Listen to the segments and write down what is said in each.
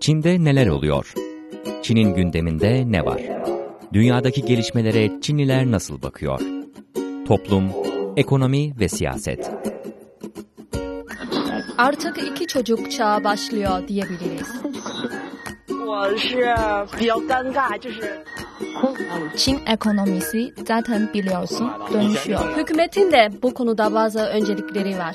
Çin'de neler oluyor? Çin'in gündeminde ne var? Dünyadaki gelişmelere Çinliler nasıl bakıyor? Toplum, ekonomi ve siyaset. Artık 2 çocuk çağı başlıyor diyebiliriz. Çin ekonomisi zaten biliyorsun dönüşüyor. Hükümetin de bu konuda bazı öncelikleri var.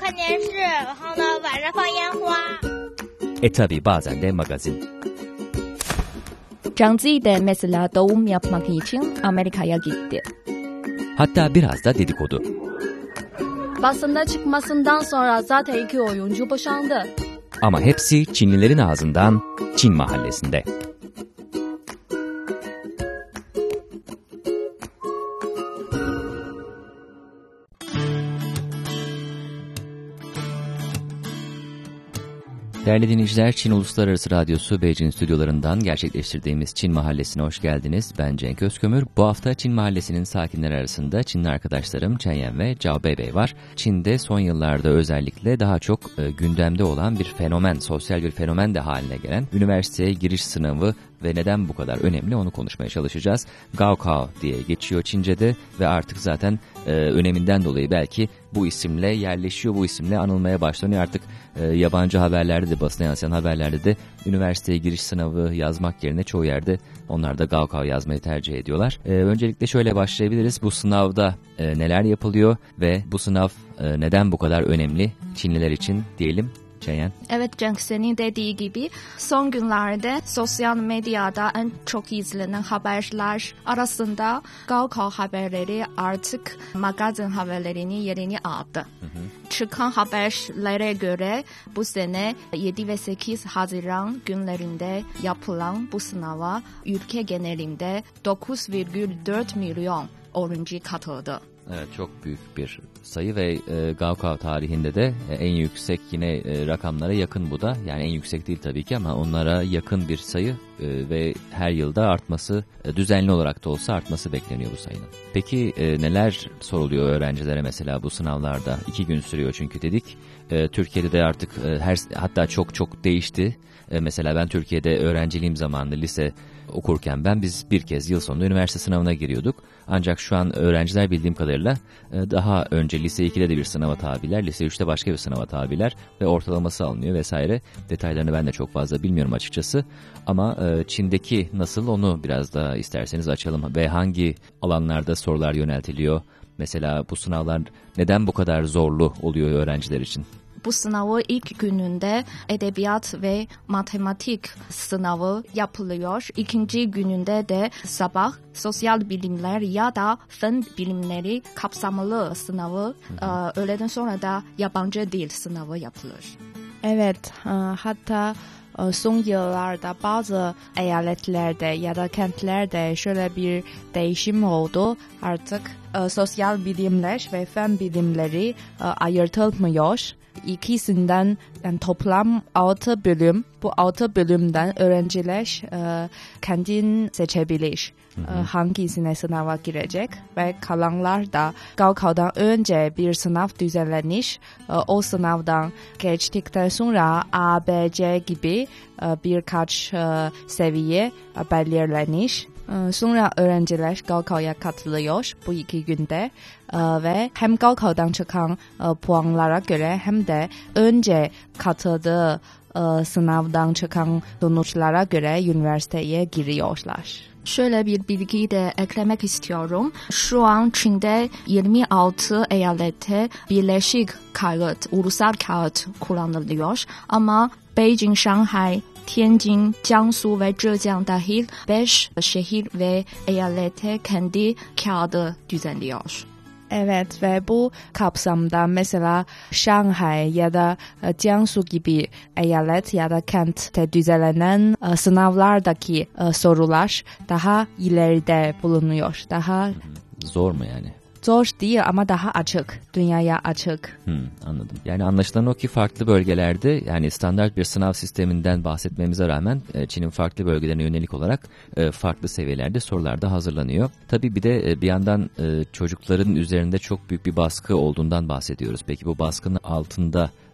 Tabi bazen de magazin. Zhang Zi de mesela doğum yapmak için Amerika'ya gitti. Hatta biraz da dedikodu. Basında çıkmasından sonra zaten 2 oyuncu boşandı. Ama hepsi Çinlilerin ağzından Çin mahallesinde. Değerli dinleyiciler, Çin Uluslararası Radyosu Beijing stüdyolarından gerçekleştirdiğimiz Çin Mahallesi'ne hoş geldiniz. Ben Cenk Özkömür. Bu hafta Çin Mahallesi'nin sakinleri arasında Çinli arkadaşlarım Chen Yan ve Zhao Beibei var. Çin'de son yıllarda özellikle daha çok gündemde olan bir fenomen, sosyal bir fenomen de haline gelen üniversiteye giriş sınavı ve neden bu kadar önemli onu konuşmaya çalışacağız. Gaokao diye geçiyor Çince'de ve artık zaten öneminden dolayı belki bu isimle yerleşiyor, bu isimle anılmaya başlanıyor. Artık yabancı haberlerde de, basına yansıyan haberlerde de üniversiteye giriş sınavı yazmak yerine çoğu yerde onlar da Gaokao yazmayı tercih ediyorlar. Öncelikle şöyle başlayabiliriz. Bu sınavda neler yapılıyor ve bu sınav neden bu kadar önemli Çinliler için diyelim. Evet Cenk, senin dediği gibi son günlerde sosyal medyada en çok izlenen haberler arasında Gaokao haberleri artık magazin haberlerinin yerini aldı. Çıkan haberlere göre bu sene 7 ve 8 Haziran günlerinde yapılan bu sınava ülke genelinde 9,4 milyon öğrenci katıldı. Evet, çok büyük bir sayı ve Gaokao tarihinde de en yüksek yine rakamlara yakın bu da. Yani en yüksek değil tabii ki ama onlara yakın bir sayı ve her yılda artması, düzenli olarak da olsa artması bekleniyor bu sayının. Peki neler soruluyor öğrencilere mesela bu sınavlarda? 2 gün sürüyor çünkü dedik. Türkiye'de de artık hatta çok değişti. Mesela ben Türkiye'de öğrenciliğim zamanında lise okurken biz bir kez yıl sonunda üniversite sınavına giriyorduk. Ancak şu an öğrenciler bildiğim kadarıyla daha önce lise 2'de de bir sınava tabiler, lise 3'te başka bir sınava tabiler ve ortalaması alınıyor vesaire. Detaylarını ben de çok fazla bilmiyorum açıkçası. Ama Çin'deki nasıl onu biraz daha isterseniz açalım ve hangi alanlarda sorular yöneltiliyor? Mesela bu sınavlar neden bu kadar zorlu oluyor öğrenciler için? Bu sınavı ilk gününde edebiyat ve matematik sınavı yapılıyor. İkinci gününde de sabah sosyal bilimler ya da fen bilimleri kapsamlı sınavı, öğleden sonra da yabancı dil sınavı yapılır. Evet, hatta son yıllarda bazı eyaletlerde ya da kentlerde şöyle bir değişim oldu. Artık sosyal bilimler ve fen bilimleri ayırtılmıyor. İkisinden yani toplam 6 bölüm. Bu 6 bölümden öğrenciler kendin seçebilir. Hangisine sınava girecek ve kalanlar da Gaokao'dan önce bir sınav düzenlenir. O sınavdan geçtikten sonra A, B, C gibi birkaç seviye belirlenir. Sonra öğrenciler Gaokao'ya katılıyor bu 2 günde ve hem Gaokao'dan çıkan puanlara göre hem de önce katıldığı sınavdan çıkan sonuçlara göre üniversiteye giriyorlar. Şöyle bir bilgiyi de eklemek istiyorum. Şu an Çin'de 26 eyalette birleşik kağıt, ulusal kağıt kullanılıyor. Ama Beijing, Şanghay, Tianjin, Jiangsu ve Zhejiang dahil 5 şehir ve eyalete kendi kağıdı düzenliyor. Evet ve bu kapsamda mesela Şanghay ya da Jiangsu gibi eyalet ya da kentte düzenlenen sınavlardaki sorular daha ileride bulunuyor. Daha zor mu yani? Zor değil ama daha açık, dünyaya açık. Anladım. Yani anlaşılan o ki farklı bölgelerde, yani standart bir sınav sisteminden bahsetmemize rağmen Çin'in farklı bölgelerine yönelik olarak farklı seviyelerde sorular da hazırlanıyor. Tabii bir de bir yandan çocukların üzerinde çok büyük bir baskı olduğundan bahsediyoruz. Peki bu baskının altında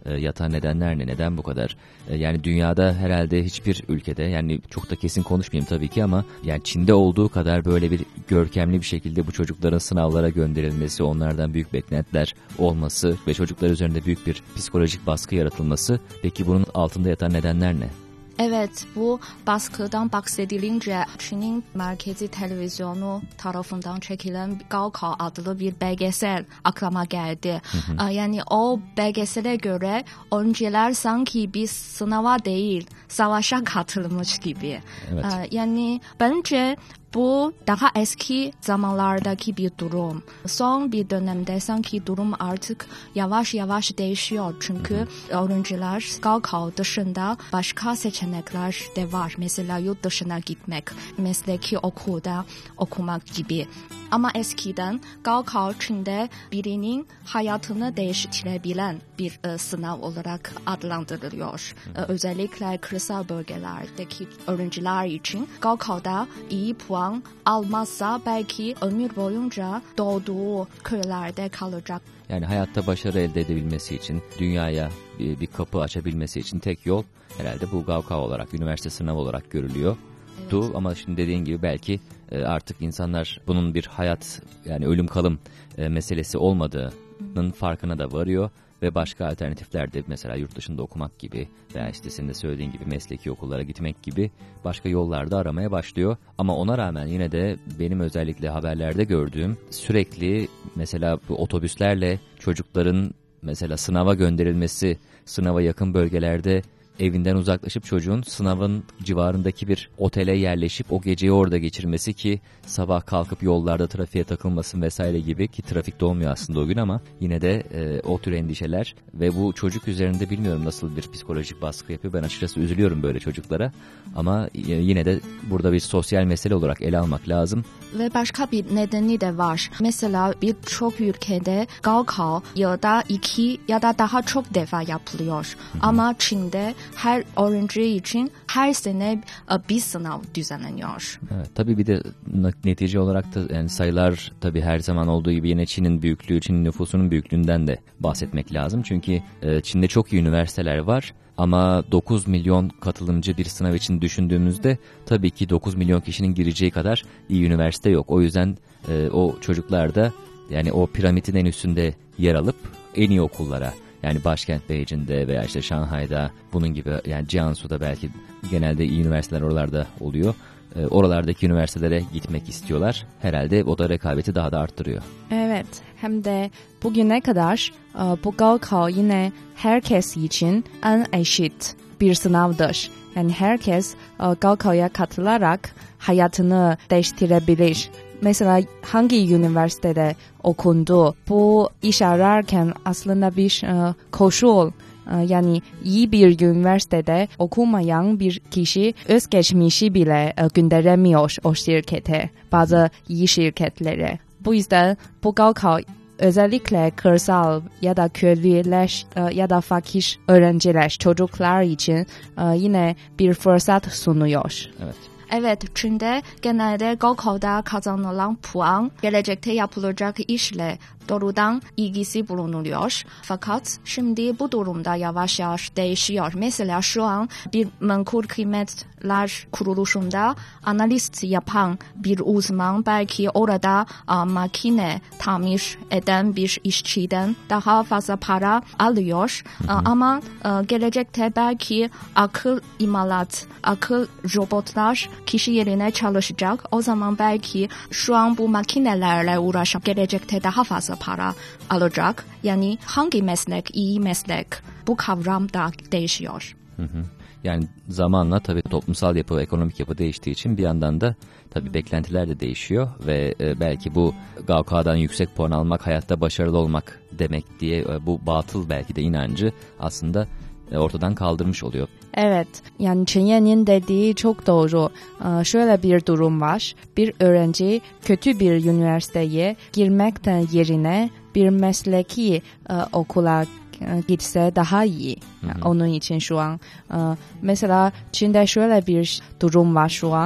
yatan nedenler ne? Neden bu kadar? Yani dünyada herhalde hiçbir ülkede, yani çok da kesin konuşmayayım tabii ki ama yani Çin'de olduğu kadar böyle bir görkemli bir şekilde bu çocukların sınavlara gönderilmesi, onlardan büyük beklentiler olması ve çocuklar üzerinde büyük bir psikolojik baskı yaratılması. Peki bunun altında yatan nedenler ne? Evet, bu baskıdan bahsedilince Çin'in merkezi televizyonu tarafından çekilen Gaokao adlı bir belgesel aklıma geldi. Yani o belgesele göre öğrenciler sanki bir sınava değil, savaşa katılmış gibi. Evet. Yani bence bu daha eski zamanlardaki bir durum. Son bir dönemde sanki durum artık yavaş yavaş değişiyor. Çünkü öğrenciler Gaokao dışında başka seçenekler de var. Mesela yurt dışına gitmek, mesleki okulda okumak gibi. Ama eskiden Gaokao Çin'de birinin hayatını değiştirebilen bir sınav olarak adlandırılıyor. Özellikle kırsal bölgelerdeki öğrenciler için Gaokao'da iyi puan almazsa belki ömür boyunca doğduğu köylerde kalacak. Yani hayatta başarı elde edebilmesi için, dünyaya bir kapı açabilmesi için tek yol herhalde bu Gaokao olarak, üniversite sınavı olarak görülüyor. Evet. Ama şimdi dediğin gibi belki artık insanlar bunun bir hayat, yani ölüm kalım meselesi olmadığının farkına da varıyor ve başka alternatiflerde, mesela yurt dışında okumak gibi veya işte senin de söylediğin gibi mesleki okullara gitmek gibi başka yollarda aramaya başlıyor. Ama ona rağmen yine de benim özellikle haberlerde gördüğüm, sürekli mesela bu otobüslerle çocukların mesela sınava gönderilmesi, sınava yakın bölgelerde evinden uzaklaşıp çocuğun sınavın civarındaki bir otele yerleşip o geceyi orada geçirmesi ki sabah kalkıp yollarda trafiğe takılmasın vesaire gibi, ki trafikte olmuyor aslında o gün ama yine de o tür endişeler ve bu çocuk üzerinde bilmiyorum nasıl bir psikolojik baskı yapıyor. Ben açıkçası üzülüyorum böyle çocuklara ama yine de burada bir sosyal mesele olarak ele almak lazım. Ve başka bir nedeni de var. Mesela birçok ülkede Gaokao yılda 2 ya da daha çok defa yapılıyor. Ama Çin'de her öğrenci için her sene bir sınav düzenleniyor. Evet, tabii bir de netice olarak da yani sayılar tabii her zaman olduğu gibi yine Çin'in büyüklüğü, Çin'in nüfusunun büyüklüğünden de bahsetmek lazım. Çünkü Çin'de çok iyi üniversiteler var. Ama 9 milyon katılımcı bir sınav için düşündüğümüzde tabii ki 9 milyon kişinin gireceği kadar iyi üniversite yok. O yüzden o çocuklar da yani o piramidin en üstünde yer alıp en iyi okullara, yani başkent Beijing'de veya işte Şanghay'da, bunun gibi, yani Jiangsu'da belki genelde iyi üniversiteler oralarda oluyor. Oralardaki üniversitelere gitmek istiyorlar. Herhalde o da rekabeti daha da arttırıyor. Evet, hem de bugüne kadar bu Gaokao yine herkes için en eşit bir sınavdır. Yani herkes Gaokao'ya katılarak hayatını değiştirebilir. Mesela hangi üniversitede okundu, bu iş ararken aslında bir koşul. Yani iyi bir üniversitede okumayan bir kişi özgeçmişi bile gönderemiyor o şirkete, bazı iyi şirketlere. Bu yüzden bu Gaokao özellikle kırsal ya da köylüler ya da fakir öğrenciler, çocuklar için yine bir fırsat sunuyor. Evet. Evet, Çin'de genelde Gaokao'da kazanılan puan gelecekte yapılacak işle doğrudan ilgisi bulunuyor. Fakat şimdi bu durumda yavaş yavaş değişiyor. Mesela şu an bir menkul kıymetler kuruluşunda analist yapan bir uzman belki orada makine tamir eden bir işçiden daha fazla para alıyor. Ama gelecekte belki akıl imalat, akıl robotlar kişi yerine çalışacak. O zaman belki şu an bu makinelerle uğraşıp gelecekte daha fazla para alacak. Yani hangi meslek iyi meslek, bu kavram da değişiyor. Yani zamanla tabii toplumsal yapı ve ekonomik yapı değiştiği için bir yandan da tabii beklentiler de değişiyor ve belki bu Gaokao'dan yüksek puan almak hayatta başarılı olmak demek diye bu batıl belki de inancı aslında ortadan kaldırmış oluyor. Evet, yani Chen Yan'in dediği çok doğru. Şöyle bir durum var. Bir öğrenci kötü bir üniversiteye girmekten yerine bir mesleki okula gitse daha iyi. Onun için şu an mesela Çin'de şöyle bir durum var şu an.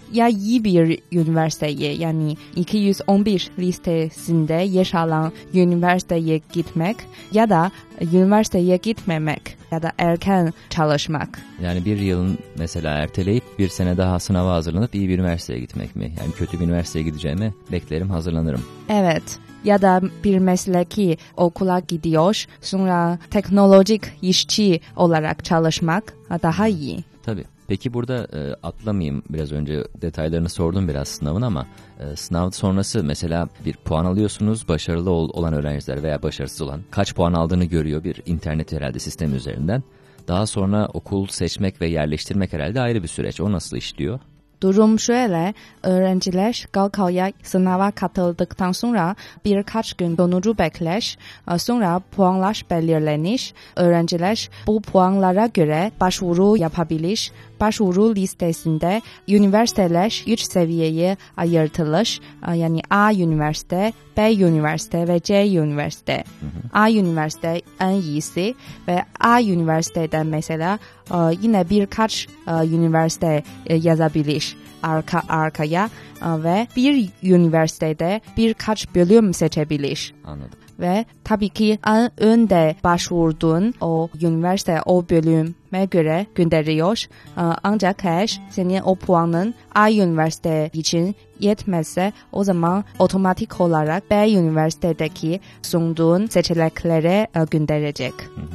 ya iyi bir üniversiteye yani 211 listesinde yer alan üniversiteye gitmek ya da üniversiteye gitmemek ya da erken çalışmak. Yani bir yılın mesela erteleyip bir sene daha sınava hazırlanıp iyi bir üniversiteye gitmek mi? Yani kötü bir üniversiteye gideceğime beklerim, hazırlanırım. Evet. Ya da bir mesleki okula gidiyor, sonra teknolojik işçi olarak çalışmak daha iyi. Tabii. Peki burada atlamayayım, biraz önce detaylarını sordum biraz sınavın ama sınav sonrası mesela bir puan alıyorsunuz, başarılı olan öğrenciler veya başarısız olan kaç puan aldığını görüyor bir internet herhalde sistemi üzerinden. Daha sonra okul seçmek ve yerleştirmek herhalde ayrı bir süreç. O nasıl işliyor? Durum şöyle, öğrenciler Gaokao sınava katıldıktan sonra birkaç gün sonucu bekler, sonra puanlar belirlenir. Öğrenciler bu puanlara göre başvuru yapabilir. Başvuru listesinde üniversiteler 3 seviyeye ayırtılır. Yani A üniversite, B üniversite ve C üniversite. A üniversite en iyisi ve A üniversiteden mesela yine birkaç üniversite yazabilir arkaya ve bir üniversitede birkaç bölüm seçebilir. Anladım. Ve tabii ki en önde başvurduğun o üniversite o bölüme göre gönderiyor. Ancak eğer senin o puanın A üniversite için yetmezse o zaman otomatik olarak B üniversitedeki sunduğun seçeneklere gönderecek.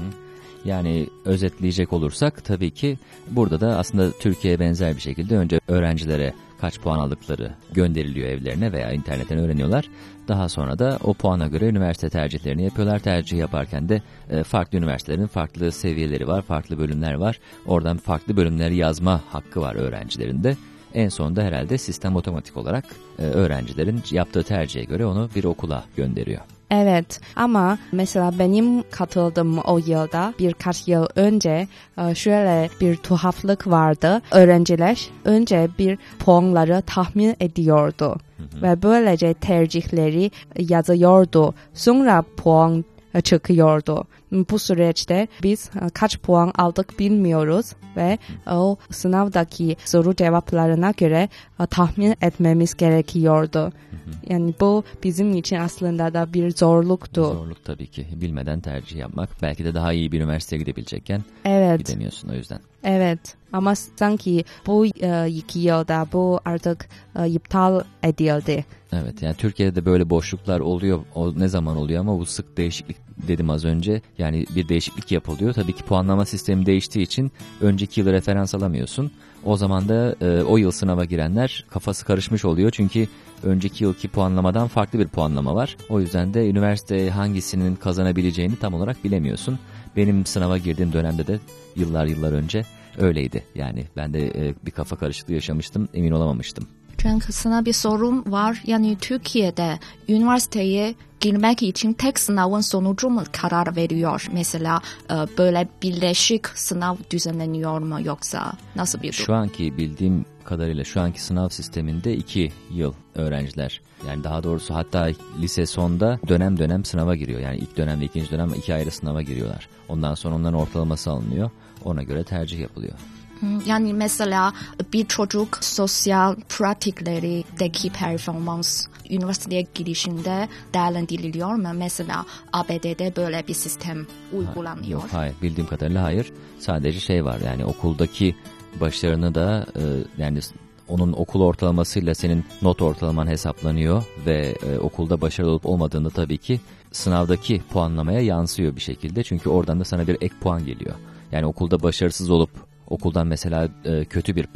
Yani özetleyecek olursak tabii ki burada da aslında Türkiye'ye benzer bir şekilde önce öğrencilere kaç puan aldıkları gönderiliyor evlerine veya internetten öğreniyorlar. Daha sonra da o puana göre üniversite tercihlerini yapıyorlar. Tercih yaparken de farklı üniversitelerin farklı seviyeleri var, farklı bölümler var. Oradan farklı bölümleri yazma hakkı var öğrencilerin de. En sonunda herhalde sistem otomatik olarak öğrencilerin yaptığı tercihe göre onu bir okula gönderiyor. Evet ama mesela benim katıldığım o yılda birkaç yıl önce şöyle bir tuhaflık vardı. Öğrenciler önce bir puanları tahmin ediyordu ve böylece tercihleri yazıyordu. Sonra puan çıkıyordu. Bu süreçte biz kaç puan aldık bilmiyoruz ve o sınavdaki soru cevaplarına göre tahmin etmemiz gerekiyordu. Yani bu bizim için aslında da bir zorluktu. Zorluk tabii ki. Bilmeden tercih yapmak. Belki de daha iyi bir üniversiteye gidebilecekken gidemiyorsun o yüzden. Evet ama sanki bu 2 yılda bu artık iptal edildi. Evet yani Türkiye'de böyle boşluklar oluyor. O ne zaman oluyor ama bu sık değişiklik dedim az önce. Yani bir değişiklik yapılıyor. Tabii ki puanlama sistemi değiştiği için önceki yılı referans alamıyorsun. O zaman da o yıl sınava girenler kafası karışmış oluyor. Çünkü önceki yılki puanlamadan farklı bir puanlama var. O yüzden de üniversite hangisinin kazanabileceğini tam olarak bilemiyorsun. Benim sınava girdiğim dönemde de yıllar önce öyleydi. Yani ben de bir kafa karışıklığı yaşamıştım, emin olamamıştım. Çünkü sana bir sorum var. Yani Türkiye'de üniversiteye girmek için tek sınavın sonucu mu karar veriyor? Mesela böyle birleşik sınav düzenleniyor mu yoksa nasıl bir durum? Şu anki bildiğim kadarıyla şu anki sınav sisteminde 2 yıl öğrenciler. Yani daha doğrusu hatta lise sonda dönem sınava giriyor. Yani ilk dönemde ikinci dönem 2 ayrı sınava giriyorlar. Ondan sonra onların ortalaması alınıyor. Ona göre tercih yapılıyor. Yani mesela bir çocuk sosyal pratiklerdeki performans üniversiteye girişinde değerlendiriliyor mu? Mesela ABD'de böyle bir sistem uygulanıyor. Yok hayır, bildiğim kadarıyla hayır. Sadece şey var, yani okuldaki başarını da yani onun okul ortalamasıyla senin not ortalaman hesaplanıyor ve okulda başarılı olup olmadığında tabii ki sınavdaki puanlamaya yansıyor bir şekilde. Çünkü oradan da sana bir ek puan geliyor. Yani okulda başarısız olup okuldan mesela kötü bir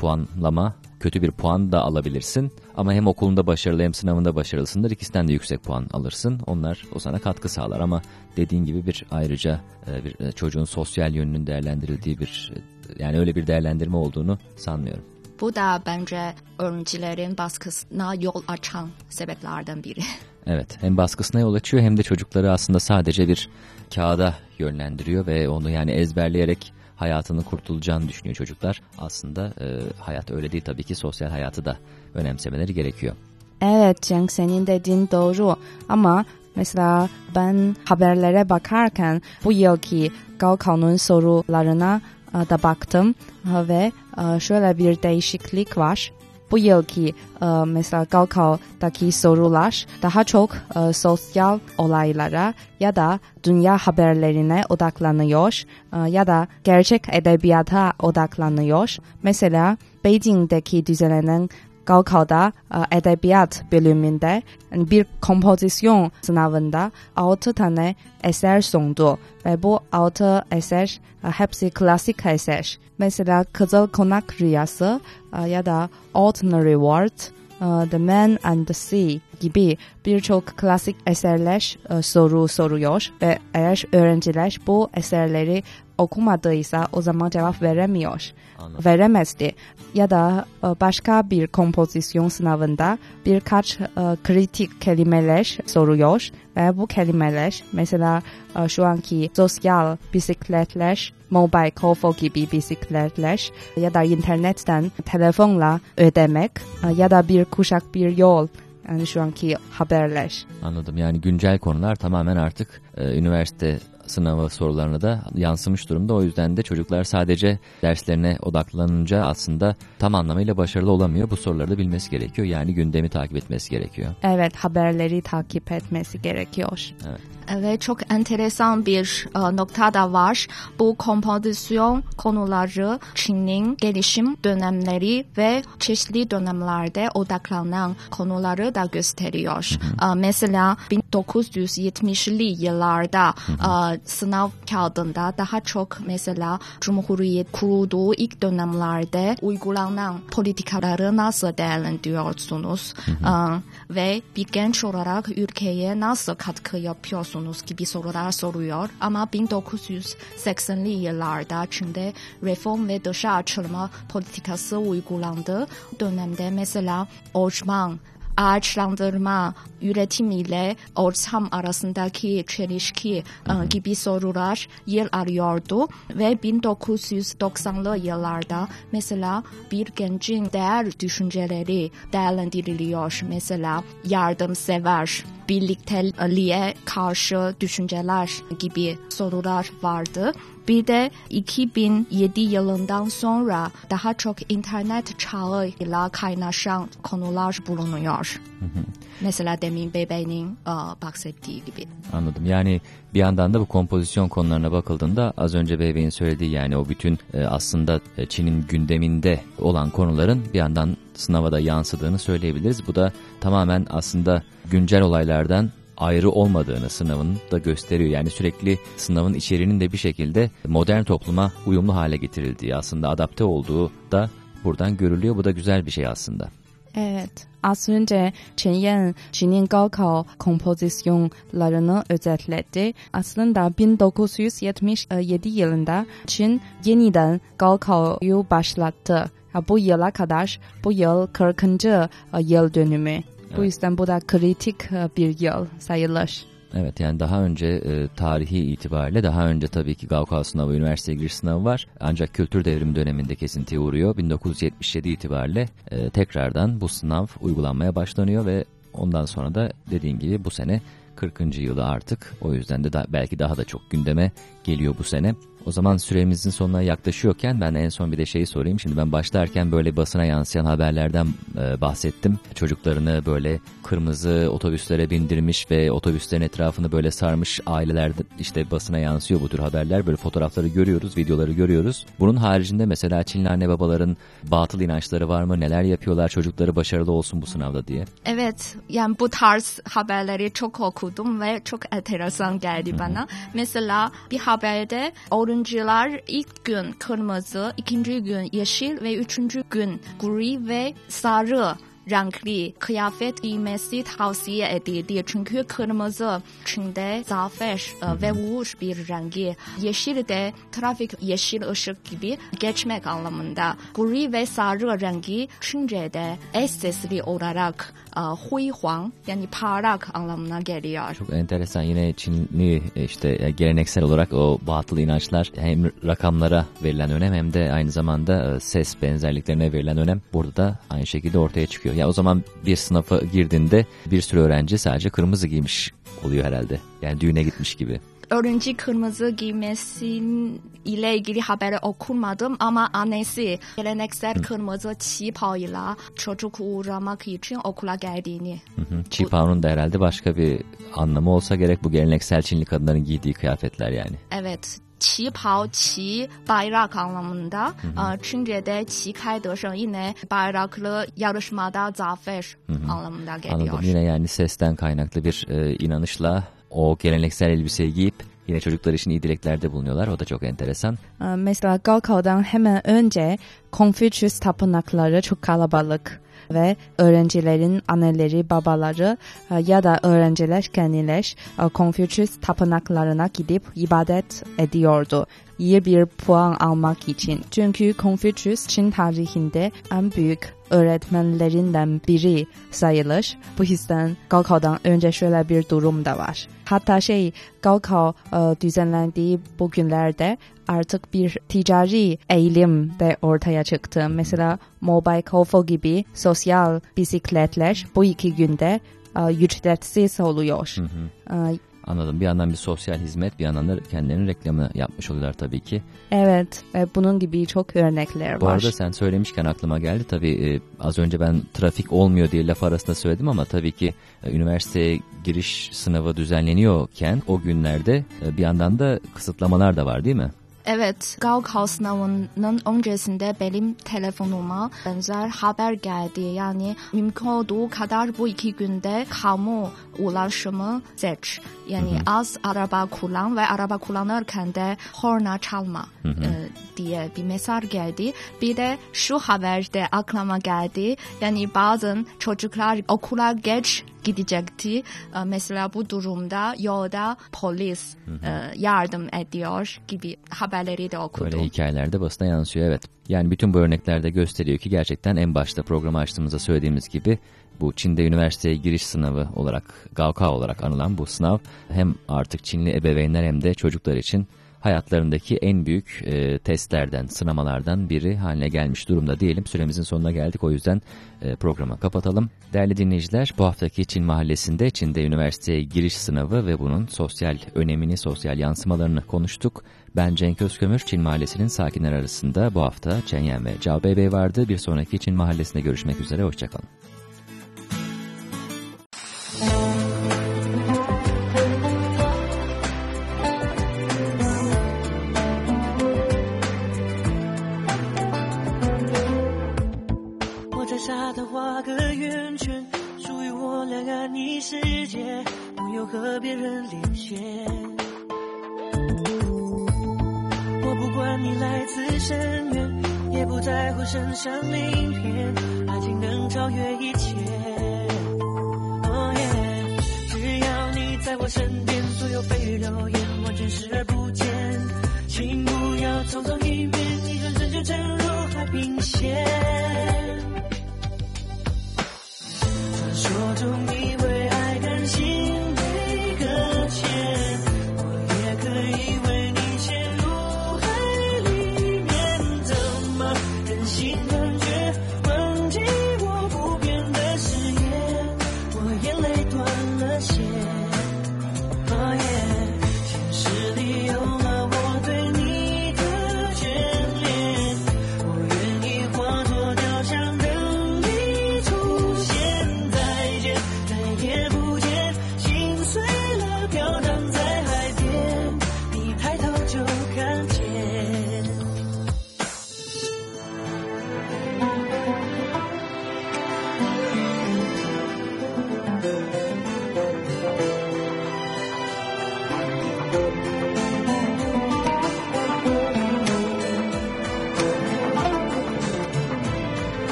puan da alabilirsin. Ama hem okulunda başarılı hem sınavında başarılısındır. İkisinden de yüksek puan alırsın. O sana katkı sağlar ama dediğin gibi bir ayrıca bir çocuğun sosyal yönünün değerlendirildiği yani öyle bir değerlendirme olduğunu sanmıyorum. Bu da bence öğrencilerin baskısına yol açan sebeplerden biri. Evet, hem baskısına yol açıyor hem de çocukları aslında sadece bir kağıda yönlendiriyor ve onu yani ezberleyerek hayatını kurtulacağını düşünüyor çocuklar. Aslında hayat öyle değil tabii ki, sosyal hayatı da önemsemeleri gerekiyor. Evet Cenk, senin dediğin doğru ama mesela ben haberlere bakarken bu yılki Gaokao'nun sorularına da baktım ve şöyle bir değişiklik var. bu yılki mesela Gaokao'daki sorular daha çok sosyal olaylara ya da dünya haberlerine odaklanıyor ya da gerçek edebiyata odaklanıyor. Mesela Beijing'deki düzenlenen Gaokao'da edebiyat bölümünde bir kompozisyon sınavında 6 tane eser sundu ve bu 6 eser hepsi klasik eser. Mesela Kızıl Konak Rüyası ya da Ordinary World, The Man and the Sea gibi birçok klasik eserler soru soruyor ve eğer öğrenciler bu eserleri okumadıysa o zaman cevap veremiyor. Anladım. Veremezdi. Ya da başka bir kompozisyon sınavında birkaç kritik kelimeler soruyor ve bu kelimeler mesela şu anki sosyal bisikletler, mobile kofo gibi bisikletler ya da internetten telefonla ödemek ya da bir kuşak bir yol, yani şu anki haberler. Anladım. Yani güncel konular tamamen artık üniversite sınavı sorularına da yansımış durumda. O yüzden de çocuklar sadece derslerine odaklanınca aslında tam anlamıyla başarılı olamıyor. Bu soruları da bilmesi gerekiyor. Yani gündemi takip etmesi gerekiyor. Evet, haberleri takip etmesi gerekiyor. Evet. Ve çok enteresan bir nokta da var. Bu kompozisyon konuları Çin'in gelişim dönemleri ve çeşitli dönemlerde odaklanan konuları da gösteriyor. Mesela 1970'li yıllarda sınav kağıdında daha çok mesela Cumhuriyet kurulduğu ilk dönemlerde uygulanan politikaları nasıl değerlendiriyorsunuz? Ve bir genç olarak ülkeye nasıl katkı yapıyorsunuz gibi sorular soruyor. Ama 1980'li yıllarda Çin'de reform ve dışa açılma politikası uygulandı. Dönemde mesela orman, ağaçlandırma, üretim ile ortam arasındaki çelişki gibi sorular yer alıyordu ve 1990'lı yıllarda mesela bir gencin değer düşünceleri değerlendiriliyor. Mesela yardımsever, birlikteliğe karşı düşünceler gibi sorular vardı. Bir de 2007 yılından sonra daha çok internet çağıyla kaynaşan konular bulunuyor. Mesela demin bebeğinin bahsettiği gibi. Anladım. Yani bir yandan da bu kompozisyon konularına bakıldığında az önce bebeğin söylediği, yani o bütün aslında Çin'in gündeminde olan konuların bir yandan sınava da yansıdığını söyleyebiliriz. Bu da tamamen aslında güncel olaylardan ayrı olmadığını sınavın da gösteriyor. Yani sürekli sınavın içeriğinin de bir şekilde modern topluma uyumlu hale getirildiği, aslında adapte olduğu da buradan görülüyor. Bu da güzel bir şey aslında. Evet. Az önce Chen Çin'in Gaokao kompozisyonlarını özetledi. Aslında 1977 yılında Çin yeniden Gaokao'yu başlattı. Bu yıla kadar bu yıl 40. yıl dönümü. Bu yüzden bu da kritik bir yıl sayılır. Evet, yani daha önce tarihi itibariyle daha önce tabii ki Gaokao sınavı, üniversiteye giriş sınavı var. Ancak kültür devrimi döneminde kesintiye uğruyor. 1977 itibariyle tekrardan bu sınav uygulanmaya başlanıyor ve ondan sonra da dediğin gibi bu sene 40. yılı artık. O yüzden de belki daha da çok gündeme geliyor bu sene. O zaman süremizin sonuna yaklaşıyorken ben en son bir de şeyi sorayım. Şimdi ben başlarken böyle basına yansıyan haberlerden bahsettim. Çocuklarını böyle kırmızı otobüslere bindirmiş ve otobüslerin etrafını böyle sarmış ailelerde işte basına yansıyor bu tür haberler. Böyle fotoğrafları görüyoruz, videoları görüyoruz. Bunun haricinde mesela Çinli anne babaların batıl inançları var mı? Neler yapıyorlar çocukları başarılı olsun bu sınavda diye? Evet, yani bu tarz haberleri çok okudum ve çok enteresan geldi bana. Mesela bir haberde öğrenciler ilk gün kırmızı, ikinci gün yeşil ve üçüncü gün gri ve sarı renkli kıyafet giymesi tavsiye edildi. Çünkü kırmızı Çin'de zafer ve vuruş bir rengi. Yeşil de trafik yeşil ışık gibi geçmek anlamında. Gri ve sarı rengi Çince'de eş sesli olarak huy huang, yani parlak anlamına geliyor. Çok enteresan, yine Çinli işte geleneksel olarak o batıl inançlar hem rakamlara verilen önem hem de aynı zamanda ses benzerliklerine verilen önem burada da aynı şekilde ortaya çıkıyor. Ya o zaman bir sınıfa girdiğinde bir sürü öğrenci sadece kırmızı giymiş oluyor herhalde. Yani düğüne gitmiş gibi. öğrenci kırmızı giymesiyle ilgili haberi okumadım ama annesi geleneksel kırmızı çipağıyla çocuk uğramak için okula geldiğini. Çipağının da herhalde başka bir anlamı olsa gerek, bu geleneksel Çinli kadınların giydiği kıyafetler yani. Evet. Çipağ, çi, bayrak anlamında. Çince'de çi kai de sheng yine bayraklı yarışmada zafer anlamında geliyor. Anladım. Yine yani sesten kaynaklı bir inanışla o geleneksel elbiseyi giyip yine çocuklar için iyi dileklerde bulunuyorlar. O da çok enteresan. Mesela Gaokao'dan hemen önce Confucius tapınakları çok kalabalık ve öğrencilerin anneleri, babaları ya da öğrenciler kendiler Confucius tapınaklarına gidip ibadet ediyordu. İyi bir puan almak için. Çünkü Confucius Çin tarihinde en büyük öğretmenlerinden biri sayılır. Bu yüzden Gaokao'dan önce şöyle bir durum da var. Hatta Gaokao düzenlendiği bugünlerde artık bir ticari eğilim de ortaya çıktı. Mesela Mobile Kofo gibi sosyal bisikletler bu 2 günde ücretsiz oluyor. Anladım. Bir yandan bir sosyal hizmet, bir yandan da kendilerinin reklamını yapmış oluyorlar tabii ki. Evet, bunun gibi çok örnekler var. Bu arada sen söylemişken aklıma geldi. Tabii az önce ben trafik olmuyor diye laf arasında söyledim ama tabii ki üniversiteye giriş sınavı düzenleniyorken o günlerde bir yandan da kısıtlamalar da var değil mi? Evet, Gaokao sınavının öncesinde benim telefonuma benzer haber geldi. Yani mümkün olduğu kadar bu 2 günde kamu ulaşımı seç. Yani az araba kullan ve araba kullanırken de horna çalma diye bir mesaj geldi. Bir de şu haber de aklıma geldi. Yani bazen çocuklar okula geç gidecekti. Mesela bu durumda yolda polis yardım ediyor gibi haberleri de okudum. Böyle hikayelerde basına yansıyor, evet. Yani bütün bu örneklerde gösteriyor ki gerçekten en başta programı açtığımızda söylediğimiz gibi bu Çin'de üniversiteye giriş sınavı olarak, Gaokao olarak anılan bu sınav hem artık Çinli ebeveynler hem de çocuklar için hayatlarındaki en büyük testlerden, sınamalardan biri haline gelmiş durumda diyelim. Süremizin sonuna geldik, o yüzden programı kapatalım. Değerli dinleyiciler, bu haftaki Çin Mahallesi'nde Çin'de üniversiteye giriş sınavı ve bunun sosyal önemini, sosyal yansımalarını konuştuk. Ben Cenk Özkömür, Çin Mahallesi'nin sakinler arasında bu hafta Chen ve Cao Beibei vardı. Bir sonraki Çin Mahallesi'nde görüşmek üzere, hoşçakalın.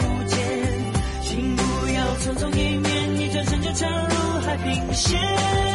匆匆一面，你转身就沉入海平线。